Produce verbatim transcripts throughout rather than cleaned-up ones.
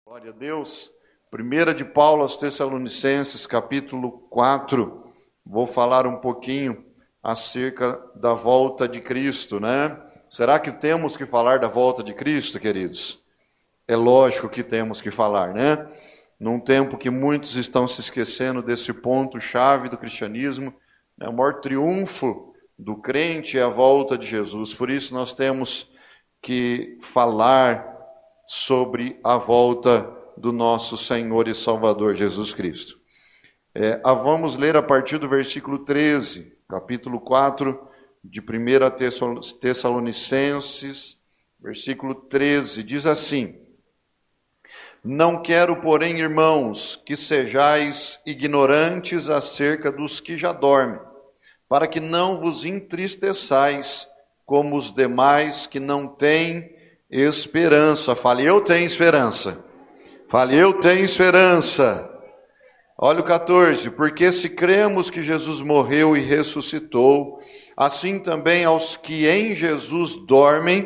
Glória a Deus. Primeira de Paulo aos Tessalonicenses, capítulo quatro. Vou falar um pouquinho acerca da volta de Cristo, né? Será que temos que falar da volta de Cristo, queridos? É lógico que temos que falar, né? Num tempo que muitos estão se esquecendo desse ponto-chave do cristianismo, né? O maior triunfo do crente é a volta de Jesus. Por isso nós temos que falar sobre a volta do nosso Senhor e Salvador Jesus Cristo. É, vamos ler a partir do versículo treze, capítulo quatro de primeira Tessalonicenses, versículo treze, diz assim: Não quero, porém, irmãos, que sejais ignorantes acerca dos que já dormem, para que não vos entristeçais como os demais que não têm esperança. Fale, eu tenho esperança. Fale, eu tenho esperança. Olha o quatorze. Porque se cremos que Jesus morreu e ressuscitou, assim também aos que em Jesus dormem,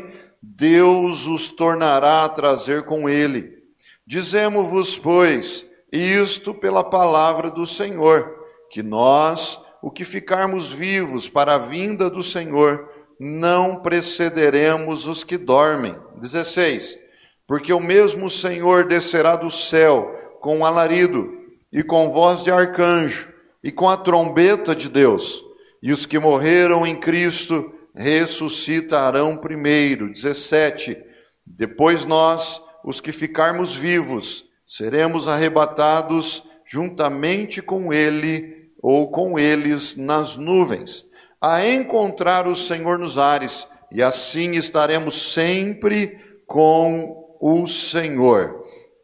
Deus os tornará a trazer com ele. Dizemos-vos, pois, isto pela palavra do Senhor, que nós, o que ficarmos vivos para a vinda do Senhor, não precederemos os que dormem. dezesseis. Porque o mesmo Senhor descerá do céu com alarido, e com voz de arcanjo, e com a trombeta de Deus, e os que morreram em Cristo ressuscitarão primeiro. dezessete. Depois nós, os que ficarmos vivos, seremos arrebatados juntamente com ele, ou com eles nas nuvens, a encontrar o Senhor nos ares, e assim estaremos sempre com o Senhor.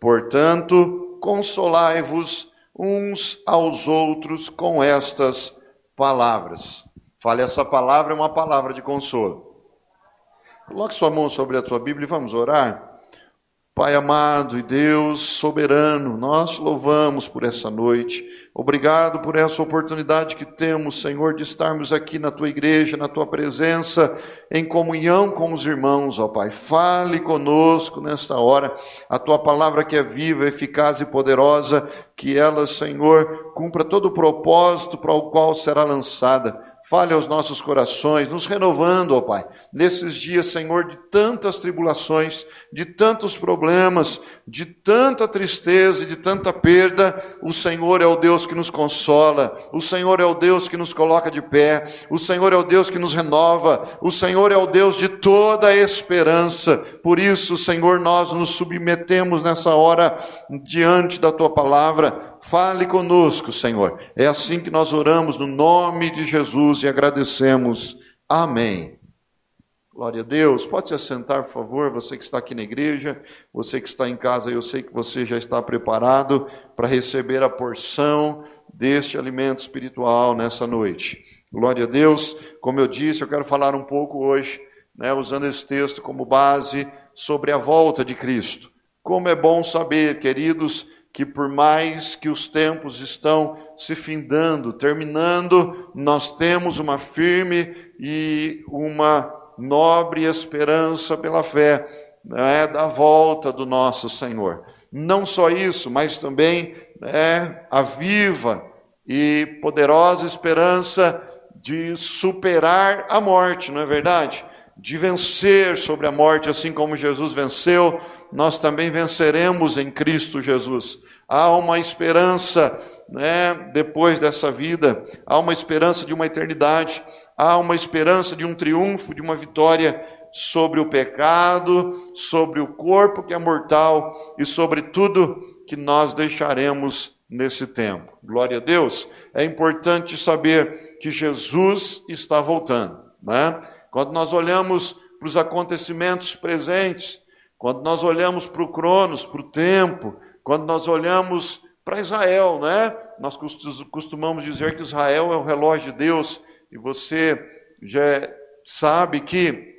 Portanto, consolai-vos uns aos outros com estas palavras. Fale, essa palavra é uma palavra de consolo. Coloque sua mão sobre a sua Bíblia e vamos orar. Pai amado e Deus soberano, nós louvamos por essa noite. Obrigado por essa oportunidade que temos, Senhor, de estarmos aqui na Tua igreja, na Tua presença, em comunhão com os irmãos, ó Pai. Fale conosco nesta hora, a Tua palavra que é viva, eficaz e poderosa, que ela, Senhor, cumpra todo o propósito para o qual será lançada. Fale aos nossos corações, nos renovando, ó Pai, nesses dias, Senhor, de tantas tribulações, de tantos problemas, de tanta tristeza e de tanta perda. O Senhor é o Deus que nos consola, o Senhor é o Deus que nos coloca de pé, o Senhor é o Deus que nos renova, o Senhor é o Deus de toda a esperança. Por isso, Senhor, nós nos submetemos nessa hora diante da Tua palavra. Fale conosco, Senhor. É assim que nós oramos no nome de Jesus e agradecemos. Amém. Glória a Deus. Pode se assentar, por favor, você que está aqui na igreja, você que está em casa, eu sei que você já está preparado para receber a porção deste alimento espiritual nessa noite. Glória a Deus. Como eu disse, eu quero falar um pouco hoje, né, usando esse texto como base, sobre a volta de Cristo. Como é bom saber, queridos, que por mais que os tempos estão se findando, terminando, nós temos uma firme e uma nobre esperança pela fé, né, da volta do nosso Senhor. Não só isso, mas também, né, a viva e poderosa esperança de superar a morte, não é verdade? De vencer sobre a morte, assim como Jesus venceu, nós também venceremos em Cristo Jesus. Há uma esperança, né, depois dessa vida, há uma esperança de uma eternidade, há uma esperança de um triunfo, de uma vitória sobre o pecado, sobre o corpo que é mortal e sobre tudo que nós deixaremos nesse tempo. Glória a Deus. É importante saber que Jesus está voltando, né? Quando nós olhamos para os acontecimentos presentes, quando nós olhamos para o Cronos, para o tempo, quando nós olhamos para Israel, né? Nós costumamos dizer que Israel é o relógio de Deus, e você já sabe que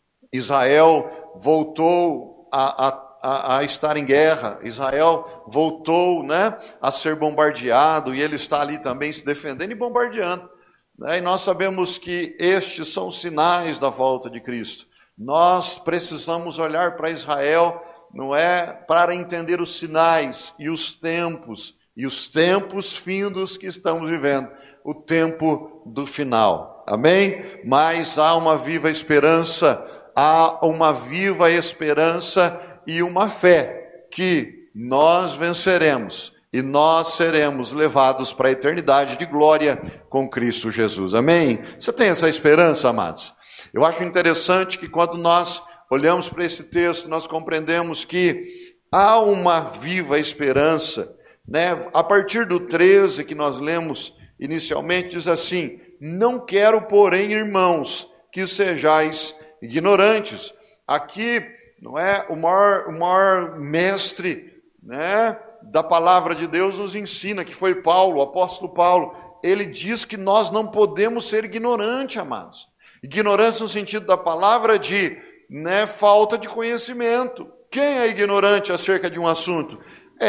Israel voltou a, a, a estar em guerra, Israel voltou, né, a ser bombardeado, e ele está ali também se defendendo e bombardeando. E nós sabemos que estes são sinais da volta de Cristo. Nós precisamos olhar para Israel não é, para entender os sinais e os tempos, e os tempos findos que estamos vivendo, o tempo do final. Amém? Mas há uma viva esperança, há uma viva esperança e uma fé que nós venceremos e nós seremos levados para a eternidade de glória com Cristo Jesus. Amém? Você tem essa esperança, amados? Eu acho interessante que quando nós olhamos para esse texto, nós compreendemos que há uma viva esperança, né? A partir do treze que nós lemos inicialmente, diz assim: não quero, porém, irmãos, que sejais ignorantes. Aqui, não é, o maior, o maior mestre, né, da palavra de Deus nos ensina, que foi Paulo, o apóstolo Paulo. Ele diz que nós não podemos ser ignorantes, amados. Ignorância no sentido da palavra de, né, falta de conhecimento. Quem é ignorante acerca de um assunto?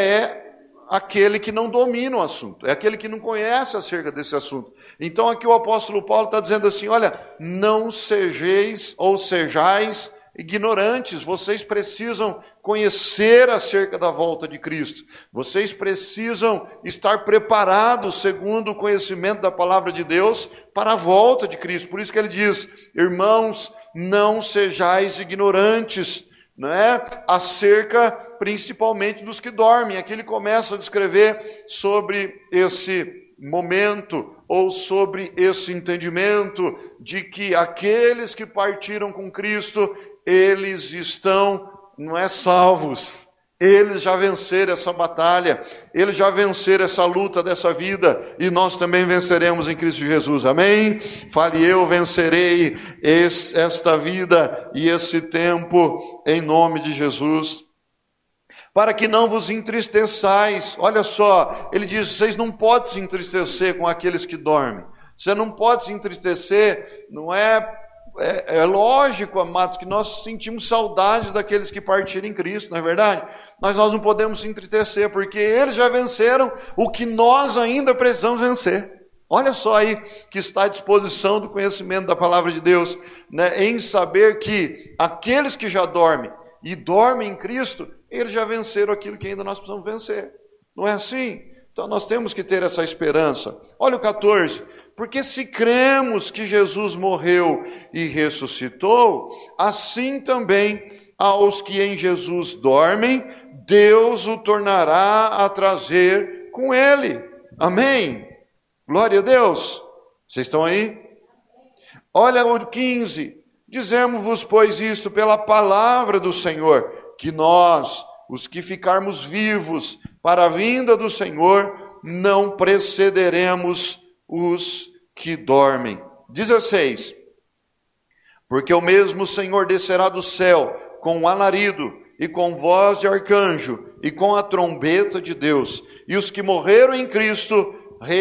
É aquele que não domina o assunto, é aquele que não conhece acerca desse assunto. Então aqui o apóstolo Paulo está dizendo assim: olha, não sejais ou sejais ignorantes, vocês precisam conhecer acerca da volta de Cristo, vocês precisam estar preparados segundo o conhecimento da palavra de Deus para a volta de Cristo. Por isso que ele diz: irmãos, não sejais ignorantes, né, acerca principalmente dos que dormem. Aqui ele começa a descrever sobre esse momento, ou sobre esse entendimento de que aqueles que partiram com Cristo, eles estão, não é, salvos. Eles já venceram essa batalha, eles já venceram essa luta dessa vida, e nós também venceremos em Cristo Jesus, amém? Fale: eu vencerei esse, esta vida e esse tempo, em nome de Jesus. Para que não vos entristeçais. Olha só, ele diz: vocês não podem se entristecer com aqueles que dormem. Você não pode se entristecer, não é... É, é lógico, amados, que nós sentimos saudades daqueles que partiram em Cristo, não é verdade? Mas nós não podemos se entristecer, porque eles já venceram o que nós ainda precisamos vencer. Olha só aí que está à disposição do conhecimento da palavra de Deus, né, em saber que aqueles que já dormem e dormem em Cristo, eles já venceram aquilo que ainda nós precisamos vencer. Não é assim? Então nós temos que ter essa esperança. Olha o catorze. Porque se cremos que Jesus morreu e ressuscitou, assim também aos que em Jesus dormem, Deus o tornará a trazer com ele. Amém? Glória a Deus. Vocês estão aí? Olha o quinze. Dizemos-vos, pois, isto pela palavra do Senhor, que nós, os que ficarmos vivos para a vinda do Senhor, não precederemos os que dormem. dezesseis. Porque o mesmo Senhor descerá do céu com um alarido, e com voz de arcanjo, e com a trombeta de Deus, e os que morreram em Cristo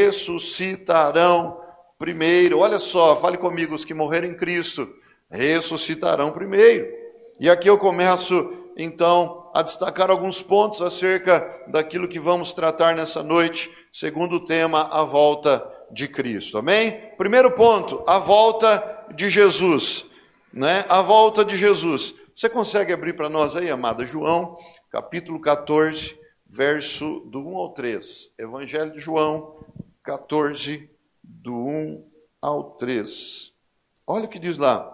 ressuscitarão primeiro. Olha só, fale comigo: os que morreram em Cristo ressuscitarão primeiro. E aqui eu começo então a destacar alguns pontos acerca daquilo que vamos tratar nessa noite, segundo o tema, a volta de Cristo, amém? Primeiro ponto, a volta de Jesus, né? A volta de Jesus. Você consegue abrir para nós aí, amada? João, capítulo catorze, verso do um ao três. Evangelho de João, catorze, do um ao três. Olha o que diz lá.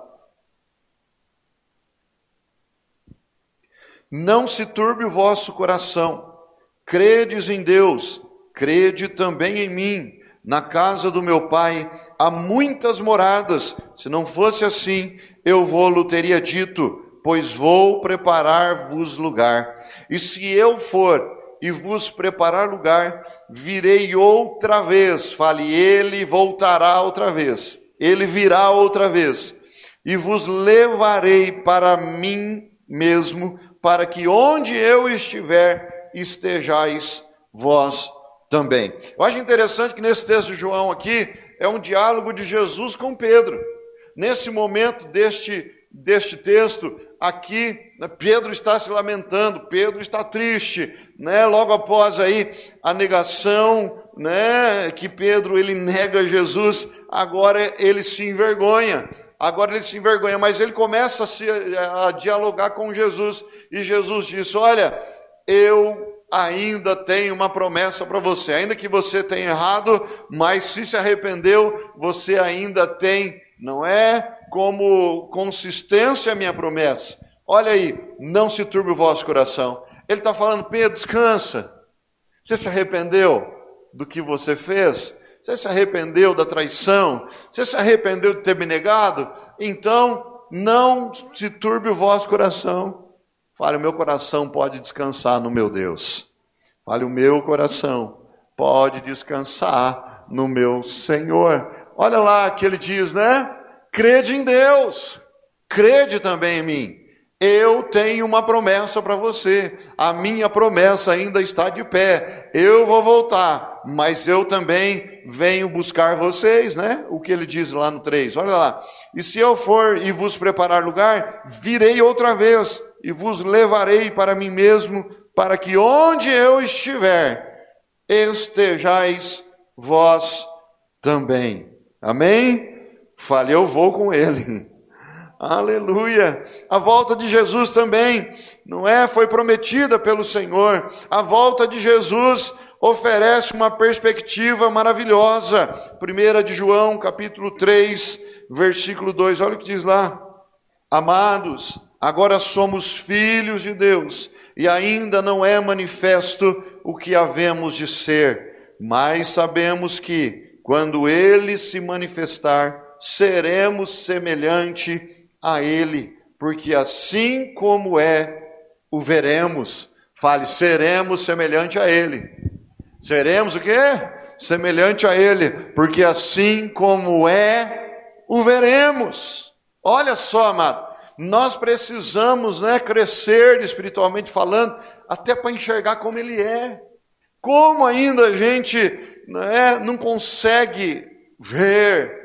Não se turbe o vosso coração, credes em Deus, crede também em mim. Na casa do meu Pai há muitas moradas, se não fosse assim, eu vou-lo teria dito, pois vou preparar-vos lugar. E se eu for e vos preparar lugar, virei outra vez, fale, ele voltará outra vez, ele virá outra vez, e vos levarei para mim mesmo, para que onde eu estiver, estejais vós também. Eu acho interessante que nesse texto de João aqui, é um diálogo de Jesus com Pedro. Nesse momento deste, deste texto, aqui, Pedro está se lamentando, Pedro está triste, né? Logo após aí a negação, né? Que Pedro ele nega Jesus, agora ele se envergonha, agora ele se envergonha, mas ele começa a, se, a dialogar com Jesus, e Jesus diz: olha, eu ainda tenho uma promessa para você, ainda que você tenha errado, mas se se arrependeu, você ainda tem, não é, como consistência a minha promessa. Olha aí, não se turbe o vosso coração. Ele está falando: Pedro, descansa. Você se arrependeu do que você fez? Você se arrependeu da traição? Você se arrependeu de ter me negado? Então, não se turbe o vosso coração. Fale: o meu coração pode descansar no meu Deus. Fale: o meu coração pode descansar no meu Senhor. Olha lá que ele diz, né? Crede em Deus, crede também em mim. Eu tenho uma promessa para você. A minha promessa ainda está de pé. Eu vou voltar, mas eu também venho buscar vocês, né? O que ele diz lá no três, olha lá. E se eu for e vos preparar lugar, virei outra vez e vos levarei para mim mesmo, para que onde eu estiver, estejais vós também. Amém? Fale: eu vou com ele. Aleluia. A volta de Jesus também, não é? Foi prometida pelo Senhor. A volta de Jesus oferece uma perspectiva maravilhosa. primeira de João, capítulo três, versículo dois. Olha o que diz lá: amados, agora somos filhos de Deus, e ainda não é manifesto o que havemos de ser, mas sabemos que, quando ele se manifestar, seremos semelhante a ele, porque assim como é, o veremos. Fale: seremos semelhante a ele. Seremos o quê? Semelhante a ele, porque assim como é, o veremos. Olha só, amado, nós precisamos, né, crescer espiritualmente falando, até para enxergar como ele é. Como ainda a gente, né, não consegue ver,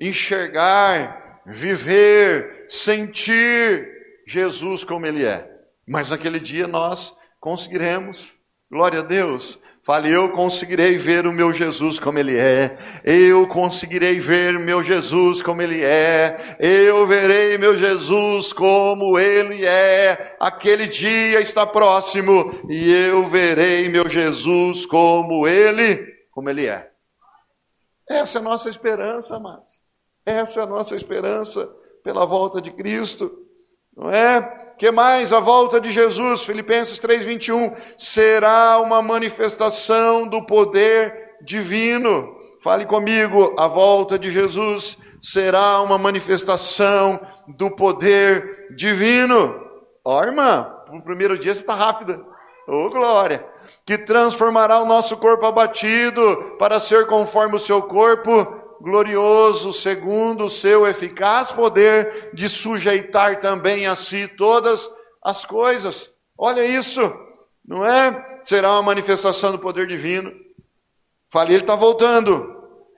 enxergar, viver, sentir Jesus como ele é. Mas naquele dia nós conseguiremos. Glória a Deus. Fale: eu conseguirei ver o meu Jesus como ele é. Eu conseguirei ver meu Jesus como ele é. Eu verei meu Jesus como ele é. Aquele dia está próximo e eu verei meu Jesus como ele, como ele é. Essa é a nossa esperança, amados. Essa é a nossa esperança pela volta de Cristo, não é? Que mais? A volta de Jesus, Filipenses três, vinte e um, será uma manifestação do poder divino. Fale comigo: a volta de Jesus será uma manifestação do poder divino. Ó, irmã, no primeiro dia você está rápida. Ô, glória! Que transformará o nosso corpo abatido para ser conforme o seu corpo glorioso, segundo o seu eficaz poder de sujeitar também a si todas as coisas. Olha isso, não é? Será uma manifestação do poder divino. Falei, ele está voltando.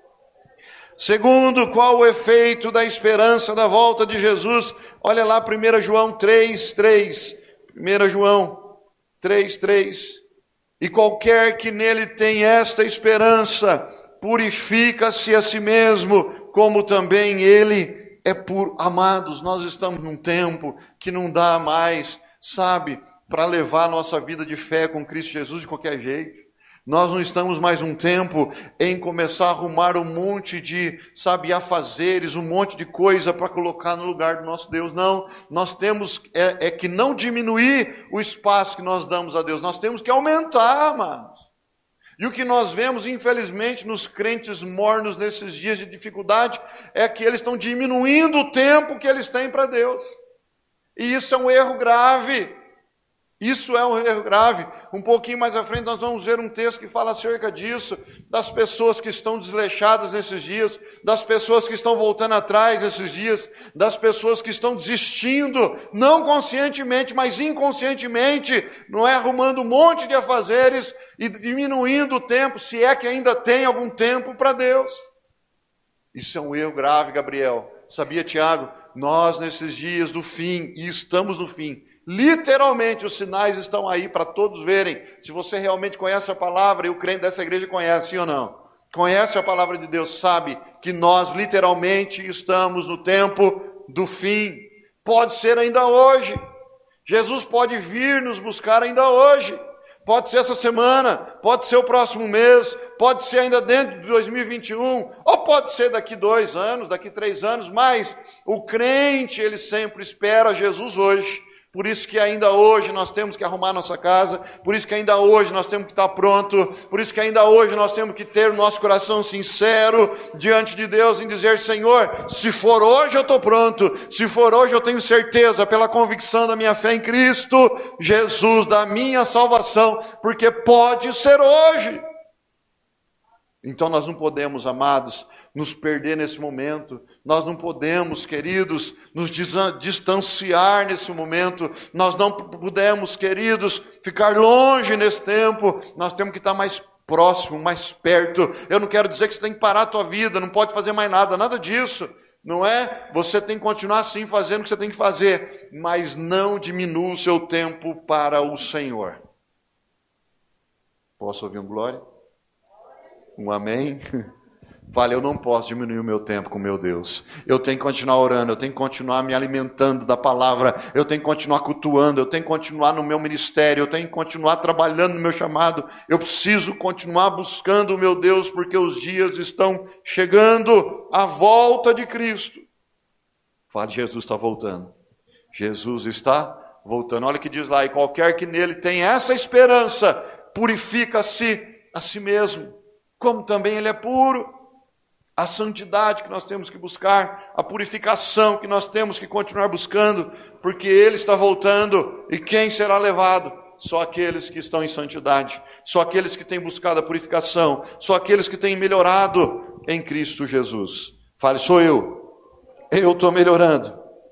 Segundo, qual o efeito da esperança da volta de Jesus? Olha lá, primeira João três, três. primeira João três, três. E qualquer que nele tem esta esperança, purifica-se a si mesmo, como também ele é puro. Amados, nós estamos num tempo que não dá mais, sabe, para levar a nossa vida de fé com Cristo Jesus de qualquer jeito. Nós não estamos mais um tempo em começar a arrumar um monte de, sabe, afazeres, um monte de coisa para colocar no lugar do nosso Deus. Não, nós temos é, é que não diminuir o espaço que nós damos a Deus, nós temos que aumentar, amados. E o que nós vemos, infelizmente, nos crentes mornos nesses dias de dificuldade, é que eles estão diminuindo o tempo que eles têm para Deus. E isso é um erro grave. Isso é um erro grave. Um pouquinho mais à frente nós vamos ver um texto que fala acerca disso, das pessoas que estão desleixadas nesses dias, das pessoas que estão voltando atrás nesses dias, das pessoas que estão desistindo, não conscientemente, mas inconscientemente, não é, arrumando um monte de afazeres e diminuindo o tempo, se é que ainda tem algum tempo para Deus. Isso é um erro grave, Gabriel. Sabia, Tiago? Nós nesses dias do fim, e estamos no fim, literalmente os sinais estão aí para todos verem. Se você realmente conhece a palavra, e o crente dessa igreja conhece, sim ou não? Conhece a palavra de Deus, sabe que nós literalmente estamos no tempo do fim. Pode ser ainda hoje. Jesus pode vir nos buscar ainda hoje. Pode ser essa semana, pode ser o próximo mês, pode ser ainda dentro de dois mil e vinte e um, ou pode ser daqui dois anos, daqui três anos, mas o crente, ele sempre espera Jesus hoje. Por isso que ainda hoje nós temos que arrumar nossa casa, por isso que ainda hoje nós temos que estar pronto, por isso que ainda hoje nós temos que ter o nosso coração sincero diante de Deus em dizer: Senhor, se for hoje eu estou pronto, se for hoje eu tenho certeza, pela convicção da minha fé em Cristo, Jesus, da minha salvação, porque pode ser hoje. Então nós não podemos, amados, nos perder nesse momento, nós não podemos, queridos, nos distanciar nesse momento, nós não podemos, queridos, ficar longe nesse tempo, nós temos que estar mais próximo, mais perto. Eu não quero dizer que você tem que parar a tua vida, não pode fazer mais nada, nada disso, não é? Você tem que continuar assim, fazendo o que você tem que fazer, mas não diminua o seu tempo para o Senhor. Posso ouvir um glória? Um amém? Fale, eu não posso diminuir o meu tempo com meu Deus. Eu tenho que continuar orando, eu tenho que continuar me alimentando da palavra, eu tenho que continuar cultuando, eu tenho que continuar no meu ministério, eu tenho que continuar trabalhando no meu chamado, eu preciso continuar buscando o meu Deus, porque os dias estão chegando, a volta de Cristo. Fale, Jesus está voltando. Jesus está voltando. Olha o que diz lá: e qualquer que nele tem essa esperança, purifica-se a si mesmo, como também ele é puro. A santidade que nós temos que buscar, a purificação que nós temos que continuar buscando, porque ele está voltando, e quem será levado? Só aqueles que estão em santidade, só aqueles que têm buscado a purificação, só aqueles que têm melhorado em Cristo Jesus. Fale, sou eu, eu estou melhorando.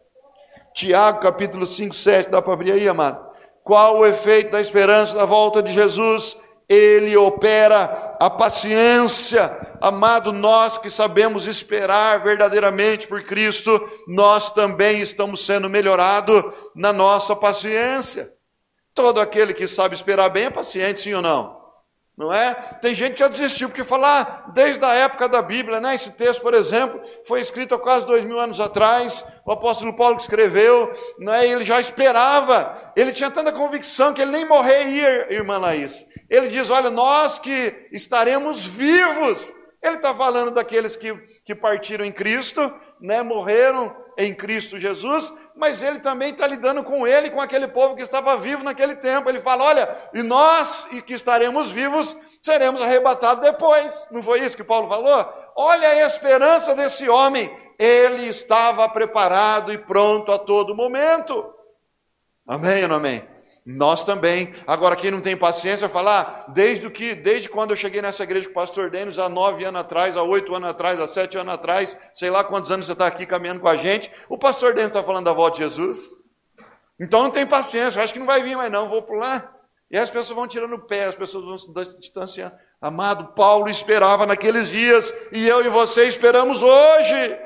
Tiago capítulo cinco, sete, dá para abrir aí, amado? Qual o efeito da esperança da volta de Jesus? Ele opera a paciência. Amado, nós que sabemos esperar verdadeiramente por Cristo, nós também estamos sendo melhorados na nossa paciência. Todo aquele que sabe esperar bem é paciente, sim ou não? Não é? Tem gente que já desistiu, porque falar desde a época da Bíblia, né? Esse texto, por exemplo, foi escrito há quase dois mil anos atrás, o apóstolo Paulo que escreveu, né? Ele já esperava, ele tinha tanta convicção que ele nem morrer ia, irmã Laís. Ele diz, olha, nós que estaremos vivos. Ele está falando daqueles que, que partiram em Cristo, né? Morreram em Cristo Jesus, mas ele também está lidando com ele, com aquele povo que estava vivo naquele tempo. Ele fala, olha, e nós e que estaremos vivos, seremos arrebatados depois. Não foi isso que Paulo falou? Olha a esperança desse homem. Ele estava preparado e pronto a todo momento. Amém ou não amém? Nós também. Agora, quem não tem paciência, falar, desde, que, desde quando eu cheguei nessa igreja com o pastor Denis, há nove anos atrás, há oito anos atrás, há sete anos atrás, sei lá quantos anos você está aqui caminhando com a gente, o pastor Denis está falando da volta de Jesus. Então não tem paciência, eu acho que não vai vir mais não, vou pular. E as pessoas vão tirando o pé, as pessoas vão se distanciando. Amado, Paulo esperava naqueles dias, e eu e você esperamos hoje.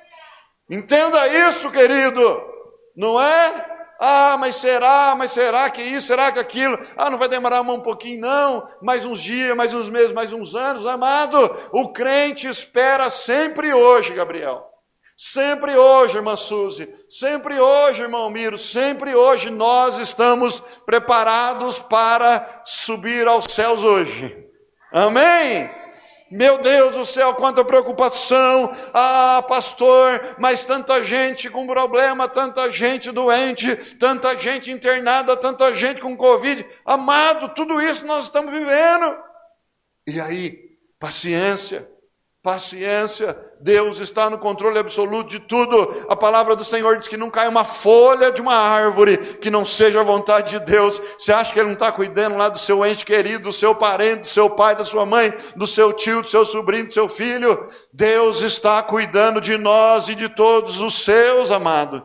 Entenda isso, querido, não é? Ah, mas será, mas será que isso, será que aquilo? Ah, não vai demorar um pouquinho não, mais uns dias, mais uns meses, mais uns anos. Amado, o crente espera sempre hoje, Gabriel. Sempre hoje, irmã Suzy, sempre hoje, irmão Miro, sempre hoje nós estamos preparados para subir aos céus hoje. Amém? Meu Deus do céu, quanta preocupação. Ah, pastor, mas tanta gente com problema, tanta gente doente, tanta gente internada, tanta gente com Covid. Amado, tudo isso nós estamos vivendo. E aí, paciência, paciência. Deus está no controle absoluto de tudo. A palavra do Senhor diz que não cai uma folha de uma árvore que não seja a vontade de Deus. Você acha que Ele não está cuidando lá do seu ente querido, do seu parente, do seu pai, da sua mãe, do seu tio, do seu sobrinho, do seu filho? Deus está cuidando de nós e de todos os seus, amado.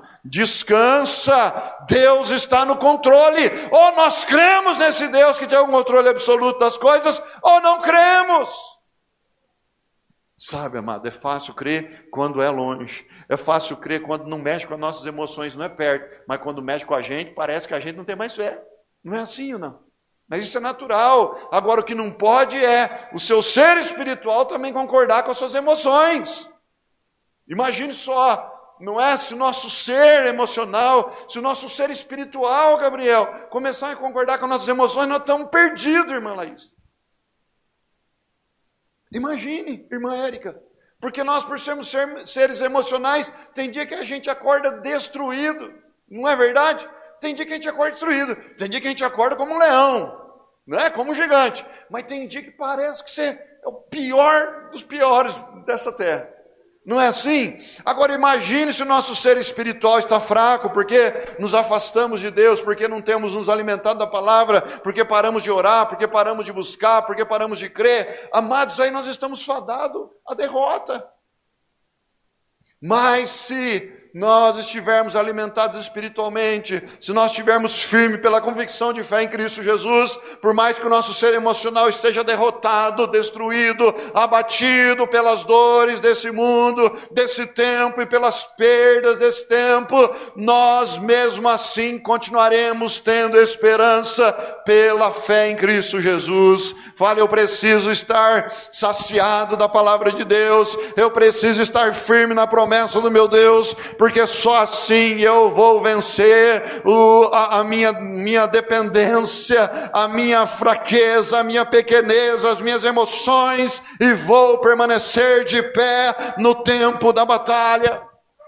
Descansa, Deus está no controle. Ou nós cremos nesse Deus que tem o controle absoluto das coisas, ou não cremos. Sabe, amado, é fácil crer quando é longe. É fácil crer quando não mexe com as nossas emoções, não é perto. Mas quando mexe com a gente, parece que a gente não tem mais fé. Não é assim ou não? Mas isso é natural. Agora, o que não pode é o seu ser espiritual também concordar com as suas emoções. Imagine só, não é? Se o nosso ser emocional, se o nosso ser espiritual, Gabriel, começar a concordar com as nossas emoções, nós estamos perdidos, irmã Laís. Imagine, irmã Érica, porque nós, por sermos seres emocionais, tem dia que a gente acorda destruído, não é verdade? Tem dia que a gente acorda destruído, tem dia que a gente acorda como um leão, não é? Como um gigante, mas tem dia que parece que você é o pior dos piores dessa terra. Não é assim? Agora imagine se o nosso ser espiritual está fraco, porque nos afastamos de Deus, porque não temos nos alimentado da palavra, porque paramos de orar, porque paramos de buscar, porque paramos de crer. Amados, aí nós estamos fadados à derrota. Mas se nós estivermos alimentados espiritualmente, se nós estivermos firmes pela convicção de fé em Cristo Jesus, por mais que o nosso ser emocional esteja derrotado, destruído, abatido pelas dores desse mundo, desse tempo e pelas perdas desse tempo, nós mesmo assim continuaremos tendo esperança pela fé em Cristo Jesus. Fale, eu preciso estar saciado da palavra de Deus, eu preciso estar firme na promessa do meu Deus, porque só assim eu vou vencer o, a, a minha, minha dependência, a minha fraqueza, a minha pequenez, as minhas emoções, e vou permanecer de pé no tempo da batalha.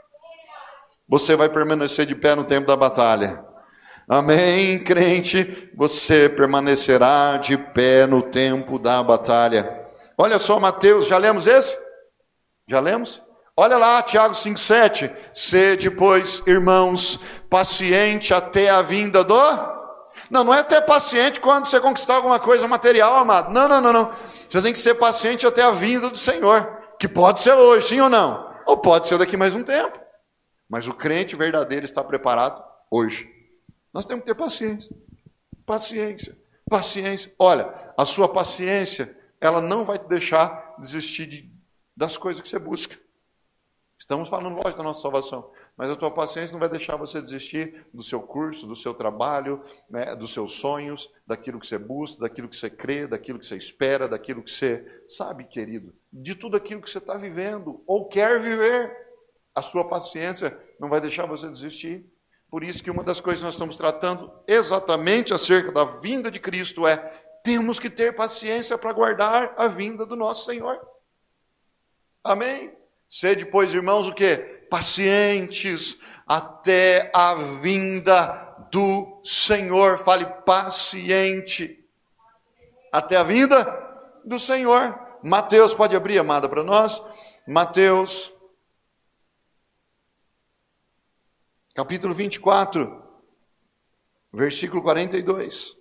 Você vai permanecer de pé no tempo da batalha. Amém, crente? Você permanecerá de pé no tempo da batalha. Olha só Mateus, já lemos esse? Já lemos? Olha lá, Tiago cinco, sete. Sede, pois, irmãos, paciente até a vinda do... Não, não é até paciente quando você conquistar alguma coisa material, amado. Não, não, não, não. Você tem que ser paciente até a vinda do Senhor. Que pode ser hoje, sim ou não? Ou pode ser daqui mais um tempo. Mas o crente verdadeiro está preparado hoje. Nós temos que ter paciência. Paciência. Paciência. Olha, a sua paciência, ela não vai te deixar desistir de, das coisas que você busca. Estamos falando, lógico, da nossa salvação, mas a tua paciência não vai deixar você desistir do seu curso, do seu trabalho, né, dos seus sonhos, daquilo que você busca, daquilo que você crê, daquilo que você espera, daquilo que você sabe, querido, de tudo aquilo que você está vivendo ou quer viver. A sua paciência não vai deixar você desistir. Por isso que uma das coisas que nós estamos tratando exatamente acerca da vinda de Cristo é: temos que ter paciência para aguardar a vinda do nosso Senhor. Amém? Sede, pois, irmãos, o quê? Pacientes até a vinda do Senhor. Fale, paciente até a vinda do Senhor. Mateus, pode abrir, amada, para nós. Mateus, capítulo vinte e quatro, versículo quarenta e dois.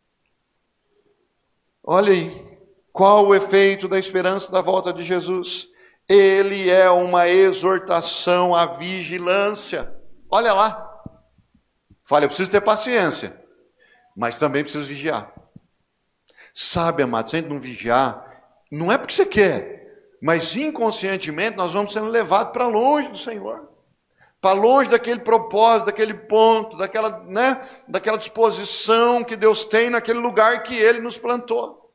Olha aí, qual o efeito da esperança da volta de Jesus? Ele é uma exortação à vigilância. Olha lá. Fala, eu preciso ter paciência, mas também preciso vigiar. Sabe, amado, se a gente não vigiar, não é porque você quer, mas inconscientemente nós vamos sendo levados para longe do Senhor. Para longe daquele propósito, daquele ponto, daquela, né, daquela disposição que Deus tem naquele lugar que Ele nos plantou.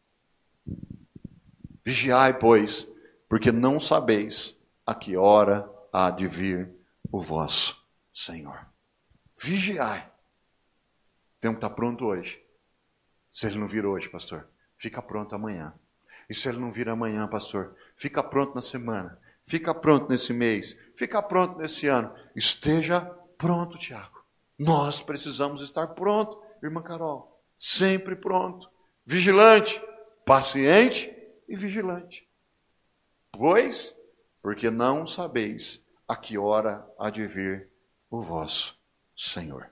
Vigiai, pois, porque não sabeis a que hora há de vir o vosso Senhor. Vigiai. Temos que estar pronto hoje. Se Ele não vir hoje, pastor, fica pronto amanhã. E se Ele não vir amanhã, pastor, fica pronto na semana. Fica pronto nesse mês. Fica pronto nesse ano. Esteja pronto, Tiago. Nós precisamos estar pronto, irmã Carol. Sempre pronto. Vigilante, paciente e vigilante. Pois, porque não sabeis a que hora há de vir o vosso Senhor.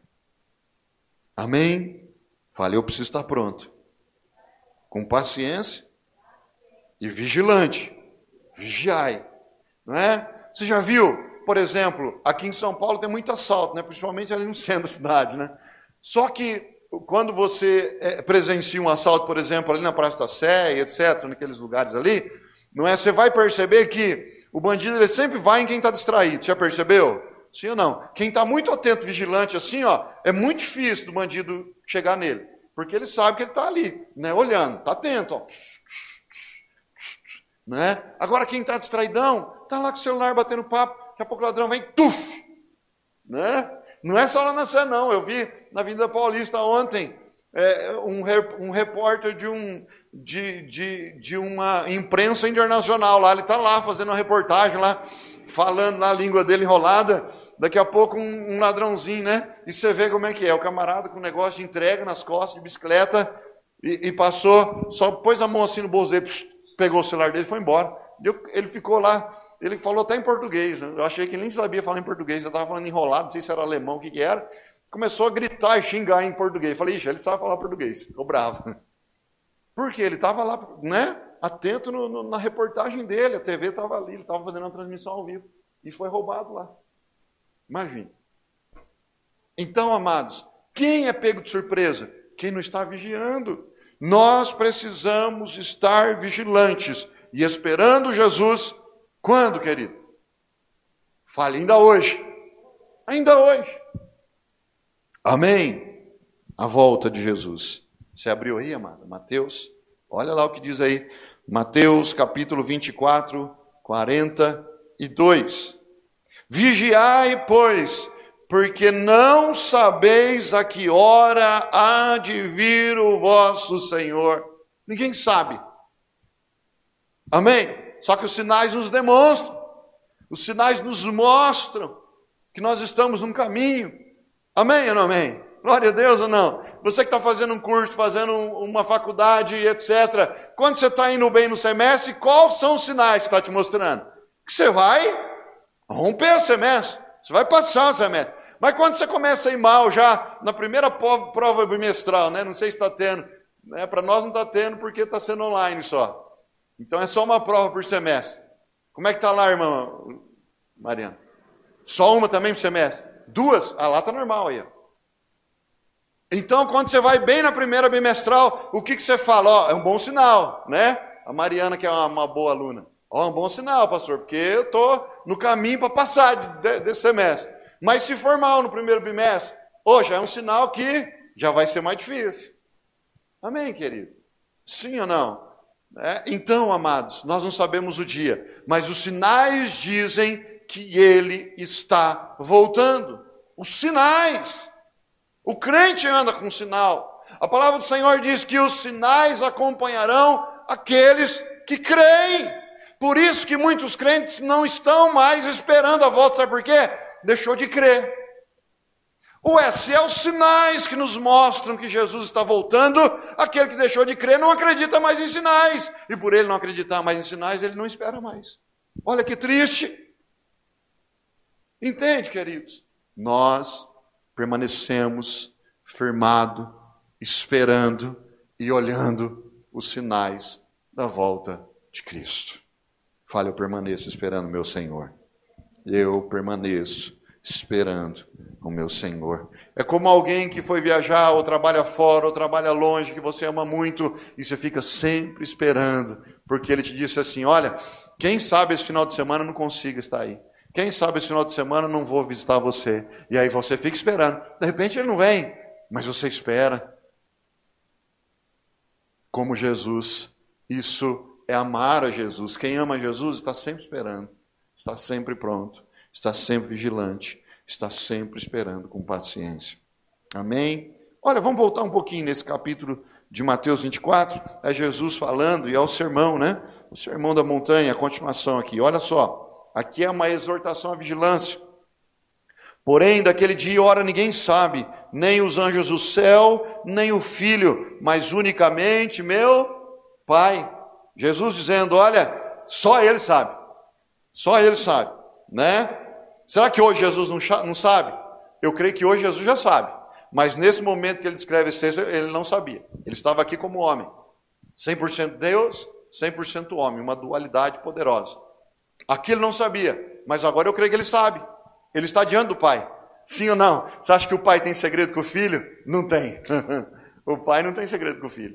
Amém? Falei, eu preciso estar pronto. Com paciência e vigilante. Vigiai. Não é? Você já viu, por exemplo, aqui em São Paulo tem muito assalto, né? Principalmente ali no centro da cidade, né? Só que quando você presencia um assalto, por exemplo, ali na Praça da Sé, etcétera, naqueles lugares ali, não é? Você vai perceber que o bandido ele sempre vai em quem está distraído. Já percebeu? Sim ou não? Quem está muito atento, vigilante assim, ó, é muito difícil do bandido chegar nele. Porque ele sabe que ele está ali, né, olhando, está atento. Ó. Né? Agora quem está distraidão, está lá com o celular batendo papo. daqui a pouco o ladrão vem, tuf! Né? Não é só lá na Sé, não. Eu vi na Avenida Paulista ontem é, um, um repórter de, um, de, de, de uma imprensa internacional lá. Ele está lá fazendo uma reportagem lá, falando na língua dele enrolada. Daqui a pouco um, um ladrãozinho, né? E você vê como é que é. O camarada com um negócio de entrega nas costas, de bicicleta, e, e passou, só pôs a mão assim no bolso dele, pss, pegou o celular dele e foi embora. Ele ficou lá. Ele falou até em português, né? Eu achei que ele nem sabia falar em português, eu estava falando enrolado, não sei se era alemão, o que, que era. Começou a gritar e xingar em português. Falei, ixi, ele sabe falar português, ficou bravo. Por quê? Ele estava lá, né, atento no, no, na reportagem dele, a T V estava ali, ele estava fazendo uma transmissão ao vivo, e foi roubado lá. Imagine. Então, amados, quem é pego de surpresa? Quem não está vigiando. Nós precisamos estar vigilantes e esperando Jesus. Quando, querido? Fale ainda hoje. Ainda hoje. Amém? A volta de Jesus. Você abriu aí, amado? Mateus. Olha lá o que diz aí. Mateus capítulo vinte e quatro, quarenta e dois. Vigiai, pois, porque não sabeis a que hora há de vir o vosso Senhor. Ninguém sabe. Amém? Só que os sinais nos demonstram, os sinais nos mostram que nós estamos num caminho. Amém ou não amém? Glória a Deus ou não? Você que está fazendo um curso, fazendo uma faculdade, etcétera. Quando você está indo bem no semestre, quais são os sinais que está te mostrando? Que você vai romper o semestre, você vai passar o semestre. Mas quando você começa a ir mal já, na primeira prova bimestral, né? Não sei se está tendo, né? Para nós não está tendo porque está sendo online só. Então é só uma prova por semestre. Como é que está lá, irmã Mariana? Só uma também por semestre? Duas? Ah, lá está normal aí. Ó. Então, quando você vai bem na primeira bimestral, o que, que você fala? Ó, é um bom sinal, né? A Mariana, que é uma, uma boa aluna. Ó, é um bom sinal, pastor, porque eu estou no caminho para passar de, de, desse semestre. Mas se for mal no primeiro bimestre, oh, já é um sinal que já vai ser mais difícil. Amém, querido? Sim ou não? É, então, amados, nós não sabemos o dia, mas os sinais dizem que ele está voltando. Os sinais. O crente anda com sinal. A palavra do Senhor diz que os sinais acompanharão aqueles que creem. Por isso que muitos crentes não estão mais esperando a volta. Sabe por quê? Deixou de crer. Ué, se é os sinais que nos mostram que Jesus está voltando, aquele que deixou de crer não acredita mais em sinais. E por ele não acreditar mais em sinais, ele não espera mais. Olha que triste. Entende, queridos? Nós permanecemos firmados, esperando e olhando os sinais da volta de Cristo. Fale, eu permaneço esperando o meu Senhor. Eu permaneço esperando o meu Senhor. É como alguém que foi viajar, ou trabalha fora, ou trabalha longe, que você ama muito, e você fica sempre esperando, porque ele te disse assim, olha, quem sabe esse final de semana eu não consigo estar aí. Quem sabe esse final de semana eu não vou visitar você. E aí você fica esperando. De repente ele não vem, mas você espera. Como Jesus, isso é amar a Jesus. Quem ama Jesus está sempre esperando, está sempre pronto, está sempre vigilante, está sempre esperando com paciência. Amém? Olha, vamos voltar um pouquinho nesse capítulo de Mateus vinte e quatro. É Jesus falando e é o sermão, né? O sermão da montanha, a continuação aqui. Olha só, aqui é uma exortação à vigilância. Porém, daquele dia e hora ninguém sabe, nem os anjos do céu, nem o Filho, mas unicamente meu Pai. Jesus dizendo, olha, só Ele sabe. Só Ele sabe, né? Será que hoje Jesus não sabe? Eu creio que hoje Jesus já sabe. Mas nesse momento que ele descreve esse texto, ele não sabia. Ele estava aqui como homem. cem por cento Deus, cem por cento homem. Uma dualidade poderosa. Aqui ele não sabia. Mas agora eu creio que ele sabe. Ele está diante do Pai. Sim ou não? Você acha que o Pai tem segredo com o Filho? Não tem. O Pai não tem segredo com o Filho.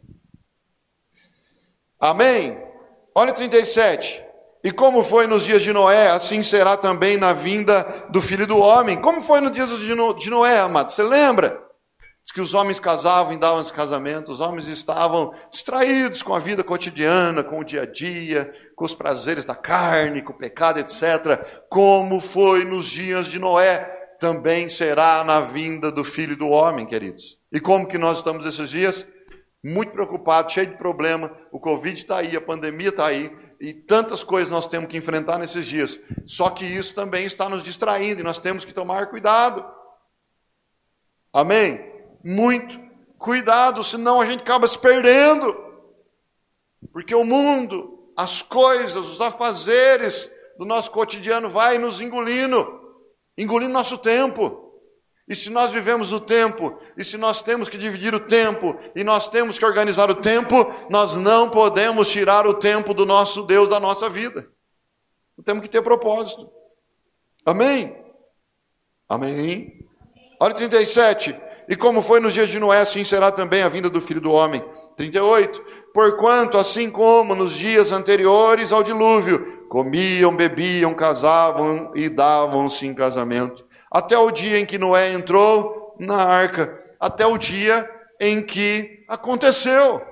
Amém? Olha trinta e sete. E como foi nos dias de Noé, assim será também na vinda do Filho do Homem. Como foi nos dias de Noé, amado? Você lembra? Diz que os homens casavam e davam esse casamento, os homens estavam distraídos com a vida cotidiana, com o dia a dia, com os prazeres da carne, com o pecado, etcétera. Como foi nos dias de Noé, também será na vinda do Filho do Homem, queridos. E como que nós estamos esses dias? Muito preocupados, cheio de problema, o Covid está aí, a pandemia está aí, e tantas coisas nós temos que enfrentar nesses dias. Só que isso também está nos distraindo, e nós temos que tomar cuidado. Amém? Muito cuidado, senão a gente acaba se perdendo. Porque o mundo, as coisas, os afazeres do nosso cotidiano vai nos engolindo, engolindo nosso tempo. E se nós vivemos o tempo, e se nós temos que dividir o tempo, e nós temos que organizar o tempo, nós não podemos tirar o tempo do nosso Deus da nossa vida. Nós temos que ter propósito. Amém? Amém? Olha o trinta e sete. E como foi nos dias de Noé, assim será também a vinda do Filho do Homem. trinta e oito. Porquanto, assim como nos dias anteriores ao dilúvio, comiam, bebiam, casavam e davam-se em casamento. Até o dia em que Noé entrou na arca. Até o dia em que aconteceu.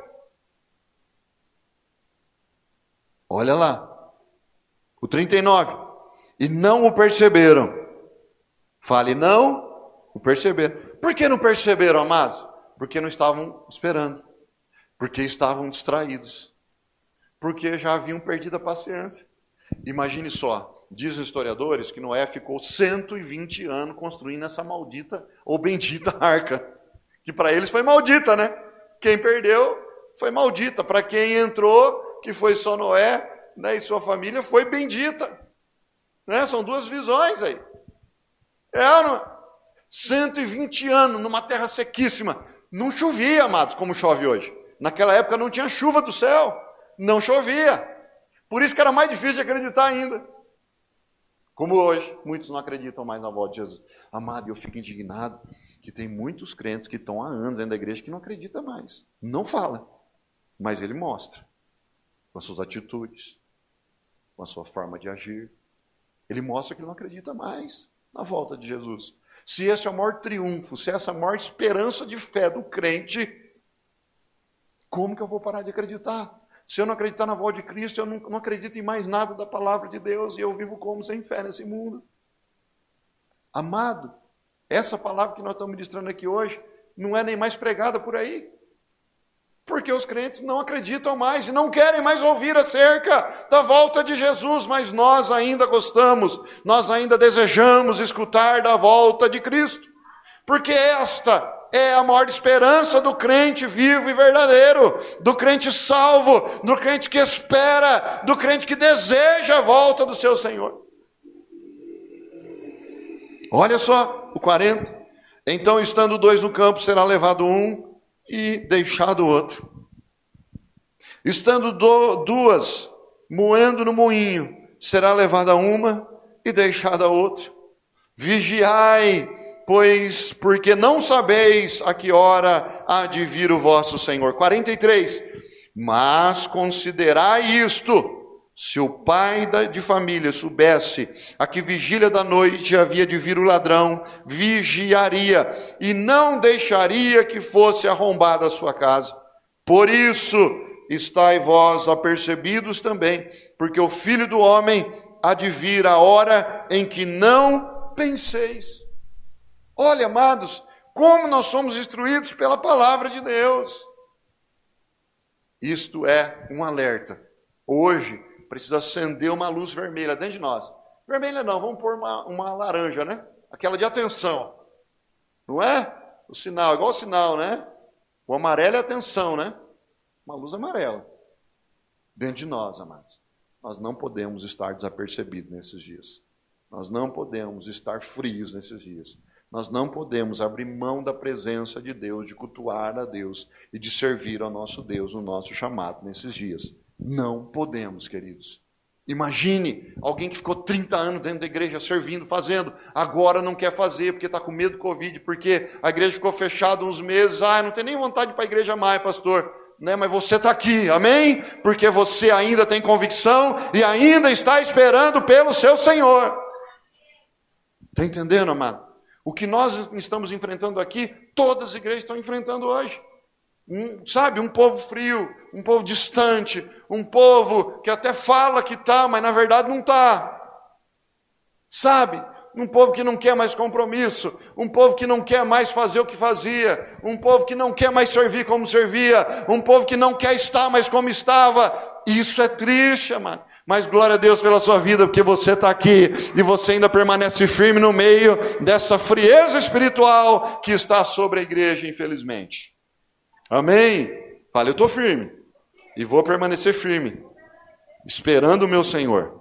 Olha lá. O trinta e nove. E não o perceberam. Fale, não o perceberam. Por que não perceberam, amados? Porque não estavam esperando. Porque estavam distraídos. Porque já haviam perdido a paciência. Imagine só. Dizem os historiadores que Noé ficou cento e vinte anos construindo essa maldita ou bendita arca. Que para eles foi maldita, né? Quem perdeu foi maldita. Para quem entrou, que foi só Noé, né, e sua família, foi bendita. Né? São duas visões aí. É, não? cento e vinte anos numa terra sequíssima. Não chovia, amados, como chove hoje. Naquela época não tinha chuva do céu. Não chovia. Por isso que era mais difícil de acreditar ainda. Como hoje, muitos não acreditam mais na volta de Jesus. Amado, eu fico indignado que tem muitos crentes que estão há anos dentro da igreja que não acreditam mais. Não fala, mas ele mostra. Com as suas atitudes, com a sua forma de agir. Ele mostra que ele não acredita mais na volta de Jesus. Se esse é o maior triunfo, se essa é a maior esperança de fé do crente, como que eu vou parar de acreditar? Se eu não acreditar na volta de Cristo, eu não, não acredito em mais nada da palavra de Deus e eu vivo como sem fé nesse mundo. Amado, essa palavra que nós estamos ministrando aqui hoje não é nem mais pregada por aí. Porque os crentes não acreditam mais e não querem mais ouvir acerca da volta de Jesus, mas nós ainda gostamos, nós ainda desejamos escutar da volta de Cristo. Porque esta é a maior esperança do crente vivo e verdadeiro, do crente salvo, do crente que espera, do crente que deseja a volta do seu Senhor. Olha só, o quarenta. Então, estando dois no campo, será levado um e deixado o outro. Estando do, duas moendo no moinho, será levada uma e deixada a outra. Vigiai, pois, porque não sabeis a que hora há de vir o vosso Senhor. quarenta e três. Mas considerai isto: se o pai de família soubesse a que vigília da noite havia de vir o ladrão, vigiaria e não deixaria que fosse arrombada a sua casa. Por isso, estai vós apercebidos também, porque o Filho do Homem há de vir a hora em que não penseis. Olha, amados, como nós somos instruídos pela palavra de Deus. Isto é um alerta. Hoje precisa acender uma luz vermelha dentro de nós. Vermelha não, vamos pôr uma, uma laranja, né? Aquela de atenção. Não é? O sinal, igual o sinal, né? O amarelo é atenção, né? Uma luz amarela. Dentro de nós, amados. Nós não podemos estar desapercebidos nesses dias. Nós não podemos estar frios nesses dias. Nós não podemos abrir mão da presença de Deus, de cultuar a Deus e de servir ao nosso Deus, o nosso chamado nesses dias. Não podemos, queridos. Imagine alguém que ficou trinta anos dentro da igreja servindo, fazendo, agora não quer fazer porque está com medo do Covid, porque a igreja ficou fechada uns meses. Ah, não tem nem vontade de ir para a igreja mais, pastor. Né? Mas você está aqui, amém? Porque você ainda tem convicção e ainda está esperando pelo seu Senhor. Está entendendo, amado? O que nós estamos enfrentando aqui, todas as igrejas estão enfrentando hoje. Um, sabe, um povo frio, um povo distante, um povo que até fala que está, mas na verdade não está. Sabe, um povo que não quer mais compromisso, um povo que não quer mais fazer o que fazia, um povo que não quer mais servir como servia, um povo que não quer estar mais como estava. Isso é triste, mano. Mas glória a Deus pela sua vida, porque você está aqui e você ainda permanece firme no meio dessa frieza espiritual que está sobre a igreja, infelizmente. Amém? Fala, eu estou firme e vou permanecer firme, esperando o meu Senhor.